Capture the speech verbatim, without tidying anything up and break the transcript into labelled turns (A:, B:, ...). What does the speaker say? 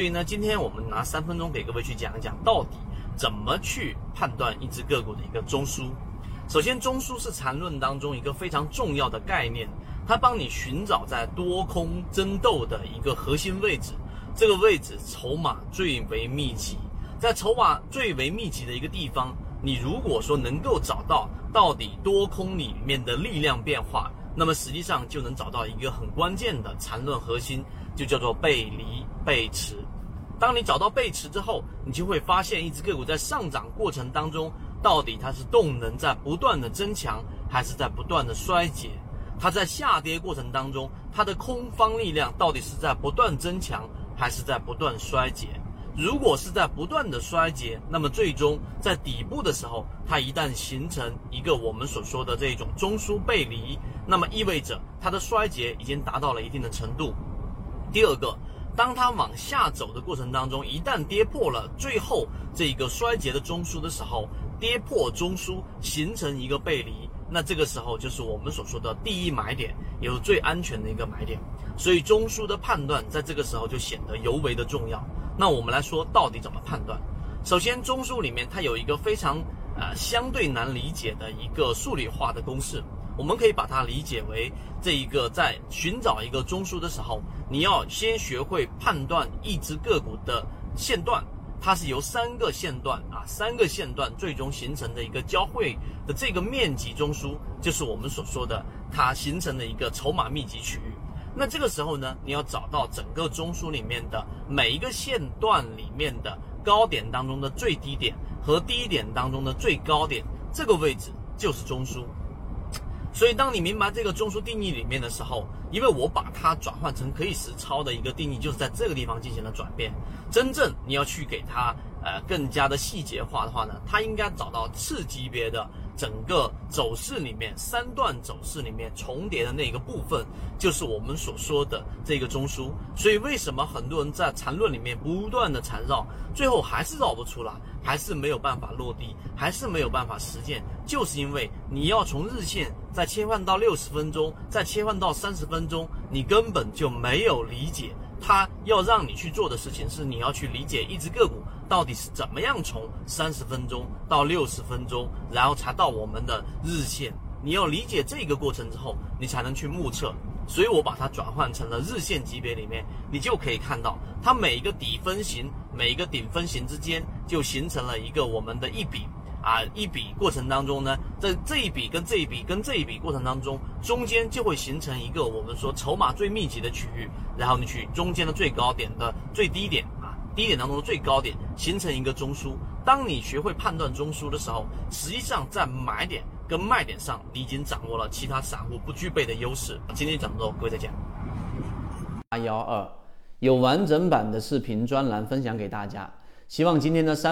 A: 所以呢，今天我们拿三分钟给各位去讲一讲，到底怎么去判断一只个股的一个中枢。首先，中枢是缠论当中一个非常重要的概念，它帮你寻找在多空争斗的一个核心位置，这个位置筹码最为密集，在筹码最为密集的一个地方，你如果说能够找到到底多空里面的力量变化，那么实际上就能找到一个很关键的缠论核心，就叫做背离背驰。当你找到背驰之后，你就会发现一只个股在上涨过程当中，到底它是动能在不断的增强，还是在不断的衰竭？它在下跌过程当中，它的空方力量到底是在不断增强，还是在不断衰竭？如果是在不断的衰竭，那么最终在底部的时候，它一旦形成一个我们所说的这种中枢背离，那么意味着它的衰竭已经达到了一定的程度。第二个，当它往下走的过程当中，一旦跌破了最后这个衰竭的中枢的时候，跌破中枢形成一个背离，那这个时候就是我们所说的第一买点，也是最安全的一个买点。所以中枢的判断在这个时候就显得尤为的重要。那我们来说到底怎么判断。首先，中枢里面它有一个非常呃相对难理解的一个数理化的公式，我们可以把它理解为这一个在寻找一个中枢的时候，你要先学会判断一只个股的线段，它是由三个线段啊，三个线段最终形成的一个交汇的这个面积中枢，就是我们所说的它形成的一个筹码密集区域。那这个时候呢，你要找到整个中枢里面的每一个线段里面的高点当中的最低点和低点当中的最高点，这个位置就是中枢。所以当你明白这个中枢定义里面的时候，因为我把它转换成可以实操的一个定义，就是在这个地方进行了转变。真正你要去给它呃更加的细节化的话呢，它应该找到次级别的整个走势里面三段走势里面重叠的那个部分，就是我们所说的这个中枢。所以为什么很多人在缠论里面不断的缠绕，最后还是绕不出来，还是没有办法落地，还是没有办法实践，就是因为你要从日线再切换到六十分钟，再切换到三十分钟，你根本就没有理解它要让你去做的事情，是你要去理解一只个股到底是怎么样从三十分钟到六十分钟，然后才到我们的日线。你要理解这个过程之后，你才能去目测。所以我把它转换成了日线级别里面，你就可以看到它每一个底分型，每一个顶分型之间就形成了一个我们的一笔啊，一笔过程当中呢，这这一笔跟这一笔跟这一笔过程当中，中间就会形成一个我们说筹码最密集的区域，然后你去中间的最高点的最低点啊，低点当中的最高点形成一个中枢。当你学会判断中枢的时候，实际上在买点跟卖点上，你已经掌握了其他散户不具备的优势。今天讲到这，各位再见。
B: 八一二有完整版的视频专栏分享给大家，希望今天的三